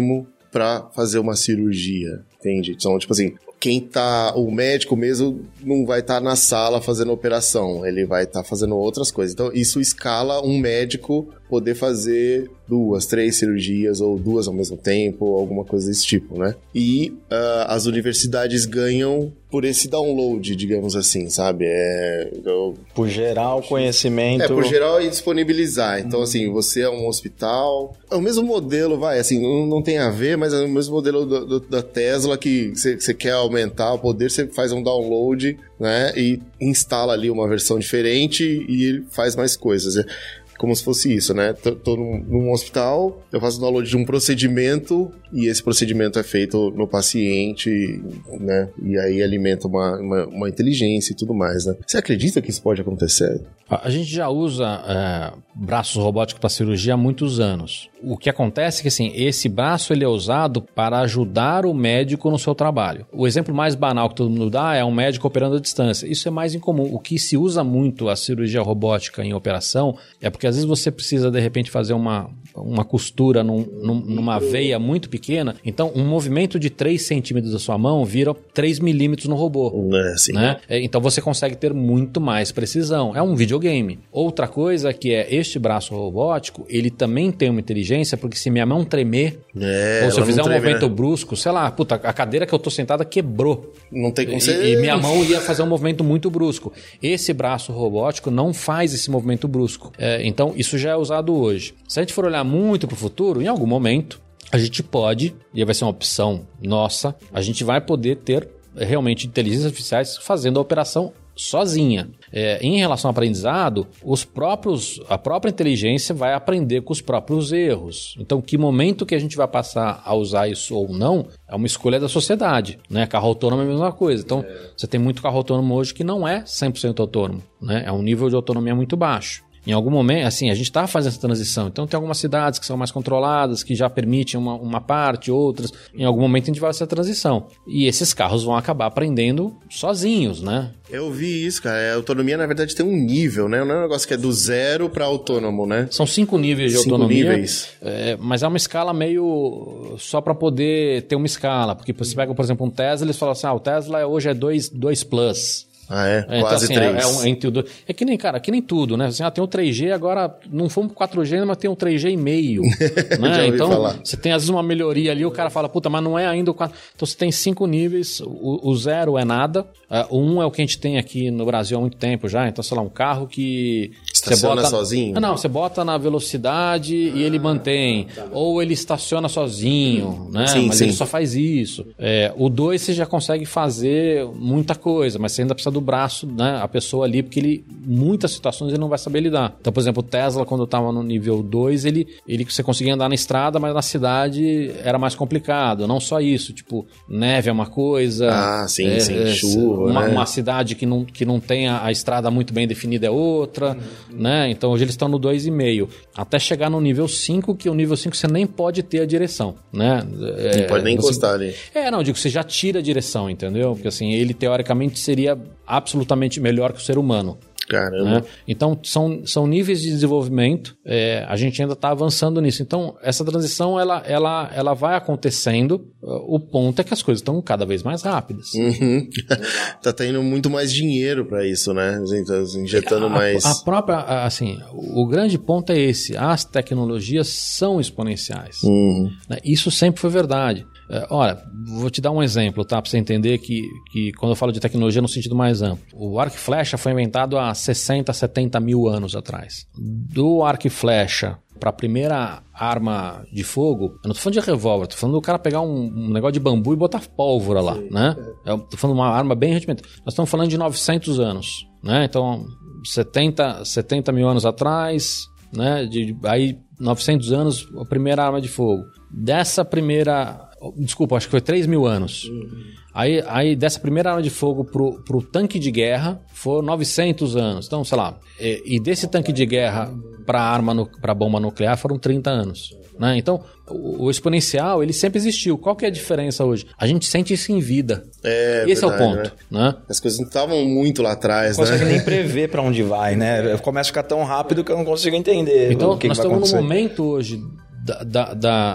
para fazer uma cirurgia, entende? Então, tipo assim, quem tá, o médico mesmo não vai estar tá na sala fazendo operação, ele vai estar tá fazendo outras coisas. Então, isso escala um médico poder fazer duas, três cirurgias ou duas ao mesmo tempo, ou alguma coisa desse tipo, né? E uh, as universidades ganham por esse download, digamos assim, sabe? É, eu... Por gerar o conhecimento... É, por gerar e disponibilizar. Então, assim, você é um hospital... É o mesmo modelo, vai, assim, não, não tem a ver, mas é o mesmo modelo do, do, da Tesla, que você quer aumentar o poder, você faz um download, né? E instala ali uma versão diferente e ele faz mais coisas. É como se fosse isso, né? Tô, tô num, num hospital, eu faço download de um procedimento e esse procedimento é feito no paciente, né? E aí alimenta uma, uma, uma inteligência e tudo mais, né? Você acredita que isso pode acontecer? A gente já usa é, braços robóticos para cirurgia há muitos anos. O que acontece é que assim, esse braço ele é usado para ajudar o médico no seu trabalho. O exemplo mais banal que todo mundo dá é um médico operando à distância. Isso é mais incomum. O que se usa muito a cirurgia robótica em operação é porque às vezes você precisa de repente fazer uma, uma costura num, num, numa veia muito pequena. Então um movimento de três centímetros da sua mão vira três milímetros no robô. É assim, né? Então você consegue ter muito mais precisão. É um videogame. Outra coisa que é este braço robótico, ele também tem uma inteligência, porque se minha mão tremer, é, ou se eu fizer um treme, movimento né? brusco, sei lá, puta, a cadeira que eu tô sentada quebrou. Não tem como e, ser... e minha mão ia fazer um movimento muito brusco. Esse braço robótico não faz esse movimento brusco. É, então, isso já é usado hoje. Se a gente for olhar muito pro futuro, em algum momento, a gente pode, e vai ser uma opção nossa, a gente vai poder ter realmente inteligências artificiais fazendo a operação sozinha. É, em relação ao aprendizado, os próprios, a própria inteligência vai aprender com os próprios erros. Então, que momento que a gente vai passar a usar isso ou não é uma escolha da sociedade, né? Carro autônomo é a mesma coisa. Então, é. Você tem muito carro autônomo hoje que não é cem por cento autônomo, né? É um nível de autonomia muito baixo. Em algum momento, assim, a gente está fazendo essa transição. Então, tem algumas cidades que são mais controladas, que já permitem uma, uma parte, outras. Em algum momento, a gente vai fazer essa transição. E esses carros vão acabar aprendendo sozinhos, né? Eu vi isso, cara. A autonomia, na verdade, tem um nível, né? Não é um negócio que é do zero para autônomo, né? São cinco níveis de cinco autonomia. Níveis. É, mas é uma escala meio... Só para poder ter uma escala. Porque você pega, por exemplo, um Tesla, eles falam assim, ah, o Tesla hoje é dois Plus. Ah, é? é Quase então, assim, três. É, é, um, é, entre o dois. É que nem, cara, que nem tudo, né? Assim, ah, tem o três G, agora não fomos pro quatro G, mas tem um três G e meio. Né? Então, falar. Você tem às vezes uma melhoria ali, o cara fala, puta, mas não é ainda o quatro. Então, você tem cinco níveis, o, o zero é nada, uh, o um é o que a gente tem aqui no Brasil há muito tempo já. Então, sei lá, um carro que... Estaciona você bota, sozinho? Ah, não, você bota na velocidade ah, e ele mantém. Tá. Ou ele estaciona sozinho, né? Sim, mas sim. ele só faz isso. É, o dois você já consegue fazer muita coisa, mas você ainda precisa do braço, né? A pessoa ali, porque ele, muitas situações ele não vai saber lidar. Então, por exemplo, o Tesla, quando eu estava no nível dois, ele, ele, você conseguia andar na estrada, mas na cidade era mais complicado. Não só isso, tipo, neve é uma coisa. Ah, sim, é, sim, é, chuva. Uma, né? uma cidade que não, que não tem a, a estrada muito bem definida é outra, uhum. né? Então, hoje eles estão no dois vírgula cinco. Até chegar no nível cinco, que o nível cinco você nem pode ter a direção, né? Não é, pode nem você... encostar ali. É, não, digo, você já tira a direção, entendeu? Porque assim, ele teoricamente seria absolutamente melhor que o ser humano. Caramba. Né? Então, são, são níveis de desenvolvimento, é, a gente ainda está avançando nisso. Então, essa transição, ela, ela, ela vai acontecendo, o ponto é que as coisas estão cada vez mais rápidas. Uhum. Tá tendo muito mais dinheiro para isso, né? Injetando a, mais... A própria, assim, o grande ponto é esse, as tecnologias são exponenciais. Uhum. Isso sempre foi verdade. Olha, vou te dar um exemplo, tá? Para você entender que, que quando eu falo de tecnologia no sentido mais amplo. O arco e flecha foi inventado há sessenta, setenta mil anos atrás. Do arco e flecha para a primeira arma de fogo, eu não tô falando de revólver, tô falando do cara pegar um, um negócio de bambu e botar pólvora lá, Sim, né? É. Eu tô falando de uma arma bem rudimentar. Nós estamos falando de novecentos anos, né? Então, setenta, setenta mil anos atrás, né? De, aí, novecentos anos, a primeira arma de fogo. Dessa primeira... Desculpa, acho que foi três mil anos. Uhum. Aí, aí, dessa primeira arma de fogo pro, pro tanque de guerra, foram novecentos anos. Então, sei lá, e, e desse tanque de guerra para arma, no, para bomba nuclear, foram trinta anos. Né? Então, o, o exponencial, ele sempre existiu. Qual que é a diferença hoje? A gente sente isso em vida. É, Esse verdade, é o ponto. Né? Né? As coisas não estavam muito lá atrás, não né? consegue nem prever para onde vai, né? Começa a ficar tão rápido que eu não consigo entender. Então, o que nós que vai estamos acontecer. num momento hoje da... da, da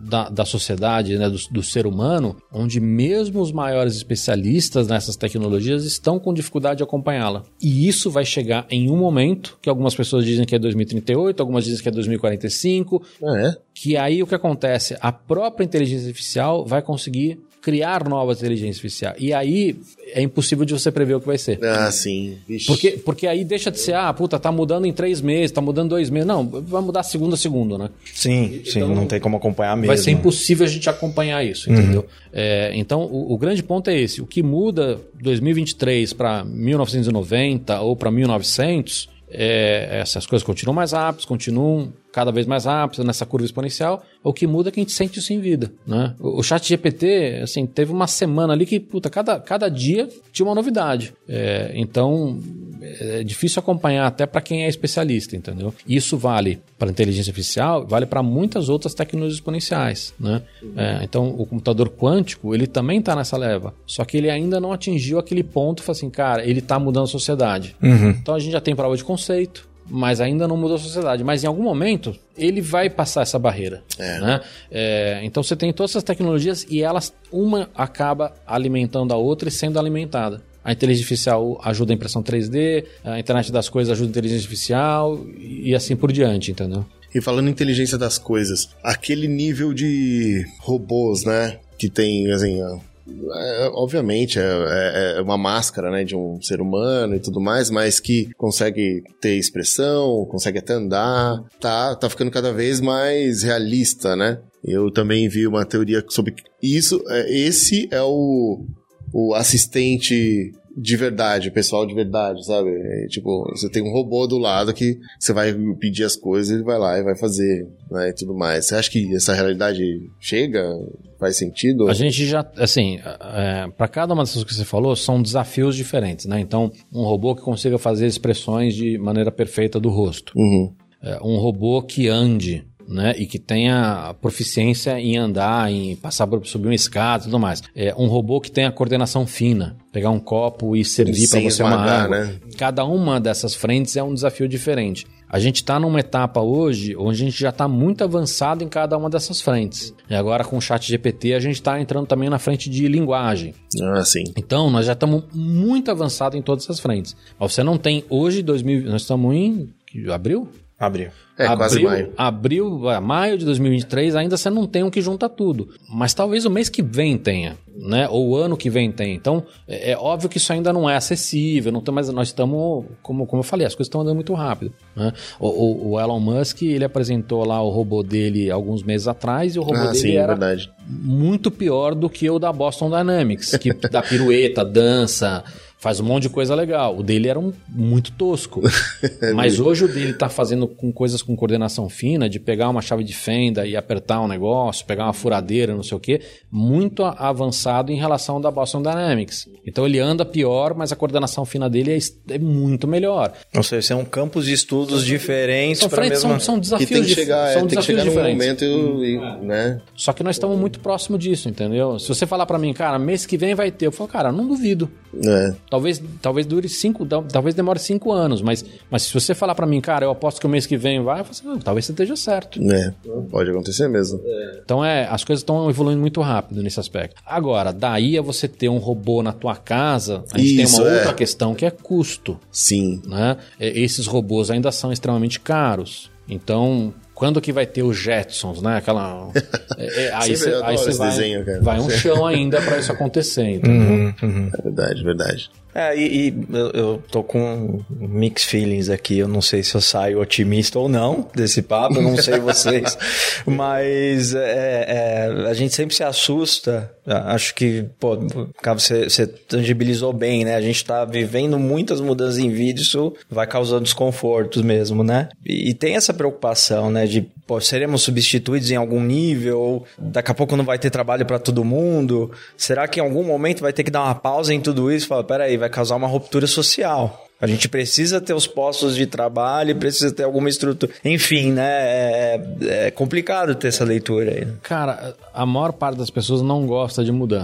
da, da sociedade, né, do, do ser humano, onde mesmo os maiores especialistas nessas tecnologias estão com dificuldade de acompanhá-la. E isso vai chegar em um momento, que algumas pessoas dizem que é dois mil e trinta e oito, algumas dizem que é dois mil e quarenta e cinco, Ah, é? que aí o que acontece? A própria inteligência artificial vai conseguir criar novas inteligências artificiais. E aí é impossível de você prever o que vai ser. Ah, sim. Vixe. Porque, porque aí deixa de ser, ah, puta, tá mudando em três meses, tá mudando dois meses. Não, vai mudar segundo a segundo, né? Sim, sim, Então, não tem como acompanhar mesmo. Vai ser impossível a gente acompanhar isso, entendeu? É, então, o, o grande ponto é esse. O que muda dois mil e vinte e três para mil novecentos e noventa ou para mil e novecentos, é, essas coisas continuam mais rápidas, continuam cada vez mais rápidas nessa curva exponencial. O que muda é que a gente sente isso em vida, né? O, o chat G P T, assim, teve uma semana ali que, puta, cada, cada dia tinha uma novidade. É, então, é difícil acompanhar até para quem é especialista, entendeu? Isso vale para inteligência artificial, vale para muitas outras tecnologias exponenciais, né? É, então, o computador quântico, ele também está nessa leva, só que ele ainda não atingiu aquele ponto, assim, cara, ele está mudando a sociedade. Uhum. Então, a gente já tem prova de conceito, mas ainda não mudou a sociedade. Mas em algum momento, ele vai passar essa barreira. É. Né? É, então você tem todas essas tecnologias e elas, uma acaba alimentando a outra e sendo alimentada. A inteligência artificial ajuda a impressão três D, a internet das coisas ajuda a inteligência artificial e assim por diante, entendeu? E falando em inteligência das coisas, aquele nível de robôs, né? Que tem, assim... ó, É, obviamente, é, é uma máscara, né, de um ser humano e tudo mais, mas que consegue ter expressão, consegue até andar, tá, tá ficando cada vez mais realista, né? Eu também vi uma teoria sobre isso. Esse é o, o assistente de verdade, o pessoal de verdade, sabe? É, tipo, você tem um robô do lado que você vai pedir as coisas e ele vai lá e vai fazer, né, e tudo mais. Você acha que essa realidade chega? Faz sentido? A gente já, assim, é, para cada uma dessas coisas que você falou, são desafios diferentes, né? Então, um robô que consiga fazer expressões de maneira perfeita do rosto. Uhum. É, um robô que ande, né, e que tenha proficiência em andar, em passar por subir uma escada e tudo mais. É, um robô que tenha coordenação fina, pegar um copo e servir para você uma água. Né? Cada uma dessas frentes é um desafio diferente. A gente está numa etapa hoje onde a gente já está muito avançado em cada uma dessas frentes. E agora com o chat G P T a gente está entrando também na frente de linguagem. Ah, sim. Então nós já estamos muito avançados em todas essas frentes. Você não tem hoje, dois mil, nós estamos em abril? Abril. É, abril, quase maio. Abril, maio de dois mil e vinte e três, ainda você não tem um que junta tudo. Mas talvez o mês que vem tenha, né? Ou o ano que vem tenha. Então, é, é óbvio que isso ainda não é acessível, não tem, mas nós estamos, como, como eu falei, as coisas estão andando muito rápido. Né? O, o, o Elon Musk, ele apresentou lá o robô dele alguns meses atrás e o robô ah, dele sim, era verdade. muito pior do que o da Boston Dynamics, que dá pirueta, dança... Faz um monte de coisa legal. O dele era um, muito tosco. Mas hoje o dele tá fazendo com coisas com coordenação fina, de pegar uma chave de fenda e apertar um negócio, pegar uma furadeira, não sei o quê, muito avançado em relação ao da Boston Dynamics. Então ele anda pior, mas a coordenação fina dele é, é muito melhor. Ou seja, são campos de estudos diferentes para mesma... são, são desafios que tem que chegar, são é, tem que chegar num momento e, hum. né? Só que nós estamos muito próximo disso, entendeu? Se você falar para mim, cara, mês que vem vai ter, eu falo, cara, não duvido. É. Talvez, talvez dure cinco, talvez demore cinco anos, mas, mas se você falar pra mim, cara, eu aposto que o mês que vem vai, eu falo assim, não, talvez você esteja certo. É, pode acontecer mesmo. É. Então é, as coisas estão evoluindo muito rápido nesse aspecto. Agora, daí a você ter um robô na tua casa, a gente Isso, tem uma é. outra questão que é custo. Sim. Né? Esses robôs ainda são extremamente caros. Então, quando que vai ter os Jetsons, né? Aquela... É, é, aí você vai, desenho, cara. vai um chão ainda para isso acontecer, entendeu? Uhum, uhum. É verdade, verdade. É, e, e eu, eu tô com mixed feelings aqui, eu não sei se eu saio otimista ou não desse papo, eu não sei vocês, mas é, é, a gente sempre se assusta, acho que, pô, você, você tangibilizou bem, né, a gente tá vivendo muitas mudanças em vídeo, isso vai causando desconfortos mesmo, né, e, e tem essa preocupação, né, de, pô, seremos substituídos em algum nível, daqui a pouco não vai ter trabalho para todo mundo, será que em algum momento vai ter que dar uma pausa em tudo isso e falar, peraí, vai causar uma ruptura social. A gente precisa ter os postos de trabalho, precisa ter alguma estrutura. Enfim, né? É, é complicado ter essa leitura aí. Cara, a maior parte das pessoas não gosta de mudança.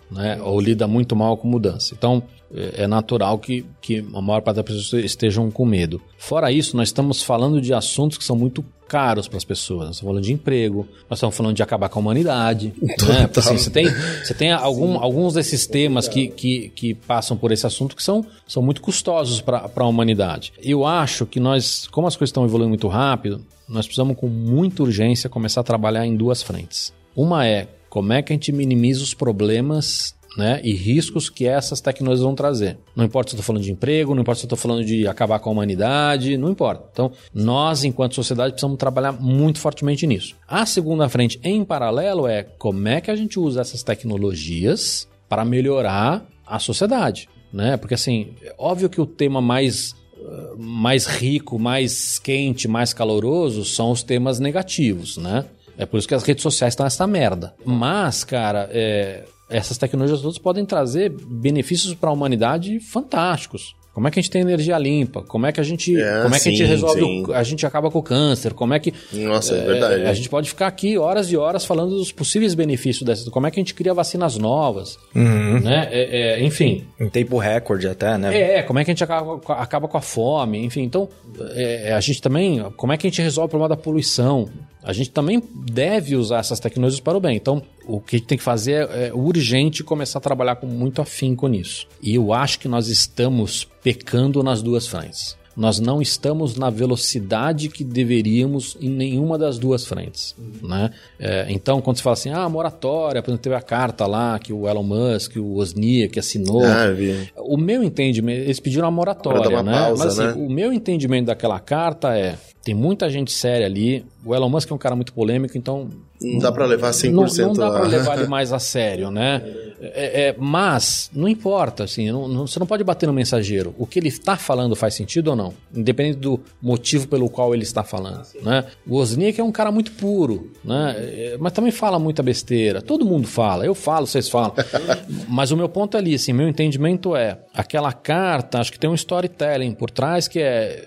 né? Ou lida muito mal com mudança. Então, é natural que, que a maior parte das pessoas estejam com medo. Fora isso, nós estamos falando de assuntos que são muito caros para as pessoas. Nós estamos falando de emprego, nós estamos falando de acabar com a humanidade. Né? Porque, assim, você tem, você tem algum, alguns desses temas que, que, que passam por esse assunto que são, são muito custosos para a humanidade. Eu acho que nós, como as coisas estão evoluindo muito rápido, nós precisamos com muita urgência começar a trabalhar em duas frentes. Uma é como é que a gente minimiza os problemas, né, e riscos que essas tecnologias vão trazer. Não importa se eu estou falando de emprego, não importa se eu estou falando de acabar com a humanidade, não importa. Então, nós, enquanto sociedade, precisamos trabalhar muito fortemente nisso. A segunda frente, em paralelo, é como é que a gente usa essas tecnologias para melhorar a sociedade, né? Porque, assim, é óbvio que o tema mais, uh, mais rico, mais quente, mais caloroso são os temas negativos, né? É por isso que as redes sociais estão nessa merda. Mas, cara, é... essas tecnologias todas podem trazer benefícios para a humanidade fantásticos. Como é que a gente tem energia limpa? Como é que a gente, é, como é que sim, a gente resolve, o, a gente acaba com o câncer? Como é que... Nossa, é, é verdade. A gente pode ficar aqui horas e horas falando dos possíveis benefícios dessas. Como é que a gente cria vacinas novas? Uhum. Né? É, é, enfim. Em tempo recorde até, né? É, como é que a gente acaba, acaba com a fome? Enfim, então, é, a gente também... Como é que a gente resolve o problema da poluição? A gente também deve usar essas tecnologias para o bem. Então, o que a gente tem que fazer é, é urgente começar a trabalhar com muito afinco nisso. E eu acho que nós estamos pecando nas duas frentes. Nós não estamos na velocidade que deveríamos em nenhuma das duas frentes. Uhum. Né? É, então, quando você fala assim, ah, moratória, por exemplo, teve a carta lá que o Elon Musk, o Wozniak assinou. Ah, vi. O meu entendimento, eles pediram uma moratória, uma né? Pausa, Mas assim, né? O meu entendimento daquela carta é, tem muita gente séria ali, o Elon Musk é um cara muito polêmico, então... Não dá para levar cem por cento. Não, não dá a... para levar ele mais a sério, né? É, é, mas, não importa, assim, não, não, você não pode bater no mensageiro. O que ele está falando faz sentido ou não? Independente do motivo pelo qual ele está falando, né? O Wozniak é um cara muito puro, né? É, mas também fala muita besteira. Todo mundo fala, eu falo, vocês falam. Mas o meu ponto ali, assim, meu entendimento é, aquela carta, acho que tem um storytelling por trás que é...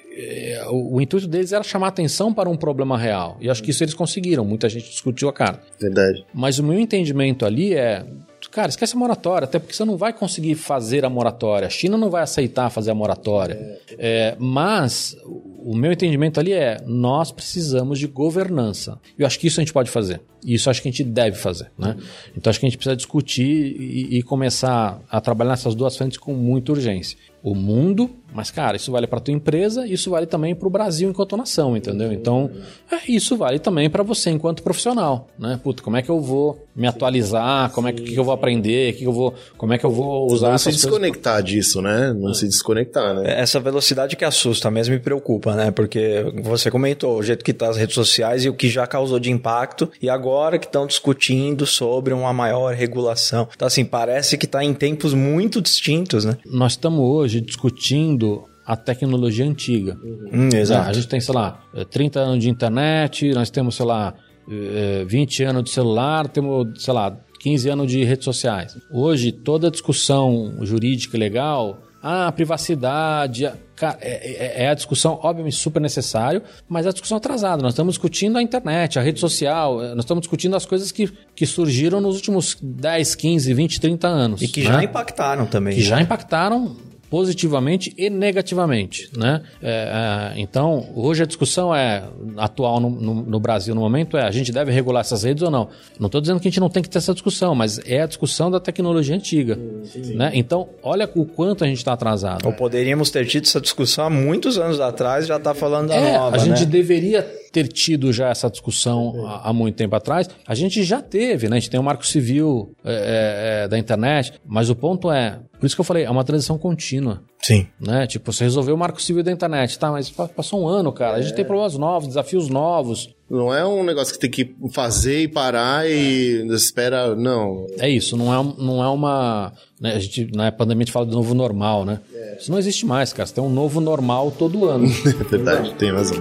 O, o intuito deles era chamar atenção para um problema real. E acho que isso eles conseguiram. Muita gente discutiu a carta. Verdade. Mas o meu entendimento ali é... Cara, esquece a moratória, até porque você não vai conseguir fazer a moratória. A China não vai aceitar fazer a moratória. É, mas o meu entendimento ali é, nós precisamos de governança. Eu acho que isso a gente pode fazer. E isso acho que a gente deve fazer. Né? Então acho que a gente precisa discutir e, e começar a trabalhar nessas duas frentes com muita urgência. O mundo, mas cara, isso vale para a tua empresa, isso vale também para o Brasil enquanto nação, entendeu? Então, é, isso vale também para você enquanto profissional, né? Puta, como é que eu vou me atualizar? Como é que, que eu vou aprender? Que eu vou, como é que eu vou usar Não essas se desconectar coisas? disso, né? Não é. se desconectar, né? Essa velocidade que assusta mesmo me preocupa, né? Porque você comentou o jeito que tá as redes sociais e o que já causou de impacto, e agora que estão discutindo sobre uma maior regulação. Então, assim, parece que tá em tempos muito distintos, né? Nós estamos hoje discutindo a tecnologia antiga. Hum, exato. A gente tem, sei lá, trinta anos de internet, nós temos, sei lá, vinte anos de celular, temos, sei lá, quinze anos de redes sociais. Hoje, toda a discussão jurídica e legal, a privacidade, cara, é, é, é a discussão, obviamente, super necessário, mas é a discussão atrasada. Nós estamos discutindo a internet, a rede social, nós estamos discutindo as coisas que, que surgiram nos últimos dez, quinze, vinte, trinta anos. E que né? já impactaram também. Que já impactaram positivamente e negativamente, né? É, é, então, hoje a discussão é atual no, no, no Brasil no momento é a gente deve regular essas redes ou não? Não estou dizendo que a gente não tem que ter essa discussão, mas é a discussão da tecnologia antiga, sim, né? Então, olha o quanto a gente está atrasado. Ou poderíamos ter tido essa discussão há muitos anos atrás, já está falando da é, nova, a gente né? deveria ter tido já essa discussão há, há muito tempo atrás. A gente já teve, né? A gente tem o Marco Civil é, é, da internet, mas o ponto é, por isso que eu falei, é uma transição contínua. Sim. Né? Tipo, você resolveu o Marco Civil da internet, tá? Mas passou um ano, cara. A gente é. tem problemas novos, desafios novos. Não é um negócio que tem que fazer e parar e espera, não. É isso, não é, não é uma... Né? A gente, na pandemia, a gente fala do novo normal, né? É. Isso não existe mais, cara. Você tem um novo normal todo ano. É verdade, tem razão.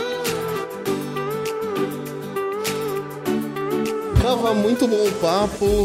Tava muito bom o papo.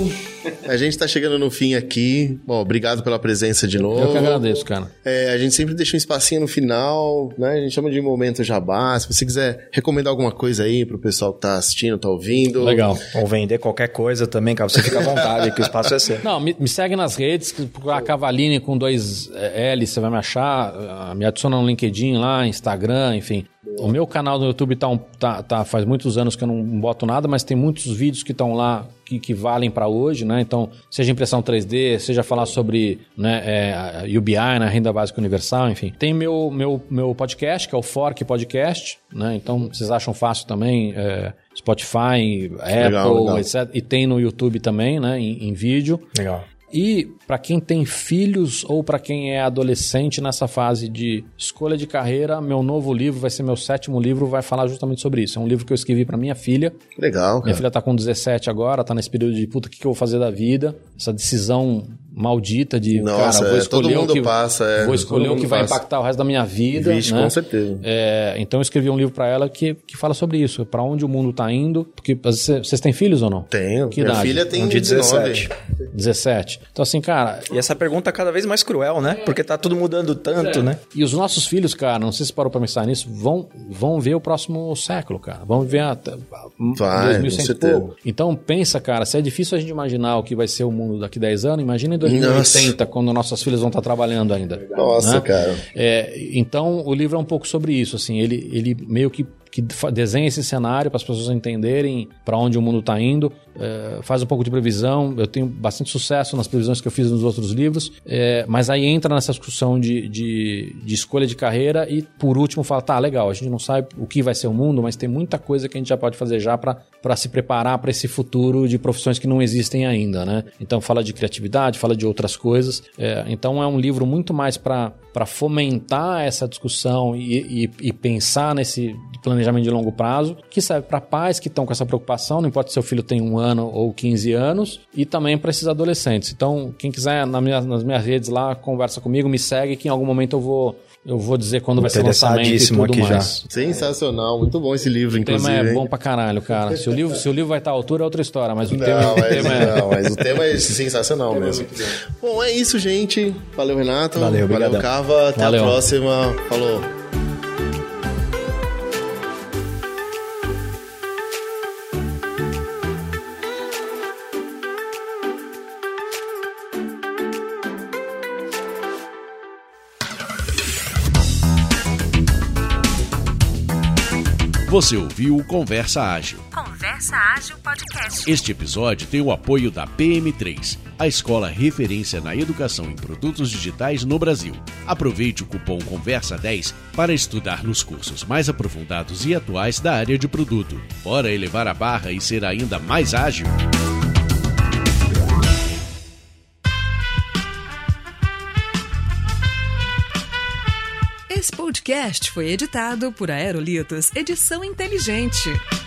A gente tá chegando no fim aqui. Bom, obrigado pela presença de novo. Eu que agradeço, cara. É, a gente sempre deixa um espacinho no final, né? A gente chama de momento jabá. Se você quiser recomendar alguma coisa aí pro pessoal que tá assistindo, tá ouvindo. Legal. Ou vender qualquer coisa também, cara. Você fica à vontade, que o espaço é seu. Não, me, me segue nas redes, a Cavaline com dois L, você vai me achar. Me adiciona no LinkedIn lá, Instagram, enfim. O meu canal no YouTube tá, um, tá, tá faz muitos anos que eu não boto nada, mas tem muitos vídeos que estão lá que, que valem para hoje, né? Então, seja impressão três D, seja falar sobre, né, é, U B I, né, Renda Básica Universal, enfim. Tem meu, meu, meu podcast, que é o Fork Podcast, né? Então, vocês acham fácil também, é, Spotify, Legal, Apple, legal. etcétera. E tem no YouTube também, né, em, em vídeo. Legal. E para quem tem filhos ou para quem é adolescente nessa fase de escolha de carreira, meu novo livro, vai ser meu sétimo livro, vai falar justamente sobre isso. É um livro que eu escrevi para minha filha. Legal, cara. Minha filha tá com dezessete agora, tá nesse período de puta, o que, que eu vou fazer da vida? Essa decisão maldita de, Nossa, cara, vou é, escolher todo mundo o que, passa, é, vou escolher todo o que mundo vai passa. impactar o resto da minha vida. Vixe, né? com certeza. É, então eu escrevi um livro para ela que, que fala sobre isso, para onde o mundo tá indo. Porque vocês têm filhos ou não? Tenho. Que Minha idade? filha tem Um de dezenove. dezessete. dezessete. Então assim, cara... E essa pergunta é cada vez mais cruel, né? Porque tá tudo mudando tanto, É. né? E os nossos filhos, cara, não sei se parou pra pensar nisso, vão, vão ver o próximo século, cara. Vão ver a, a Vai, dois mil e com cem e certeza. pouco. Então pensa, cara, se é difícil a gente imaginar o que vai ser o mundo daqui a dez anos, imagina em dois mil e oitenta, quando nossas filhas vão estar trabalhando ainda. Nossa, né? cara. É, então o livro é um pouco sobre isso, assim, ele, ele meio que que desenha esse cenário para as pessoas entenderem para onde o mundo está indo, é, faz um pouco de previsão. Eu tenho bastante sucesso nas previsões que eu fiz nos outros livros, é, mas aí entra nessa discussão de, de, de escolha de carreira e, por último, fala, tá, legal, a gente não sabe o que vai ser o mundo, mas tem muita coisa que a gente já pode fazer já para se preparar para esse futuro de profissões que não existem ainda, né? Então, fala de criatividade, fala de outras coisas. É, então, é um livro muito mais para para fomentar essa discussão e, e, e pensar nesse planejamento de longo prazo, que serve para pais que estão com essa preocupação, não importa se seu filho tem um ano ou quinze anos, e também para esses adolescentes. Então, quem quiser, na minha, nas minhas redes lá, conversa comigo, me segue, que em algum momento eu vou, eu vou dizer quando vai ser o lançamento e tudo aqui mais. já. Sensacional, muito bom esse livro, O inclusive. tema é hein? bom pra caralho, cara. Se o livro, se o livro vai estar à altura, é outra história, mas o Não, tema, o mas, tema é... não, mas o tema é sensacional mesmo. Bom, é isso, gente. Valeu, Renato. Valeu, Valeu, obrigadão. Cava. Até Valeu. a próxima. Falou. Você ouviu o Conversa Ágil. Conversa Ágil Podcast. Este episódio tem o apoio da P M três, a escola referência na educação em produtos digitais no Brasil. Aproveite o cupom Conversa dez para estudar nos cursos mais aprofundados e atuais da área de produto. Bora elevar a barra e ser ainda mais ágil? Esse podcast foi editado por Aerolitos Edição Inteligente.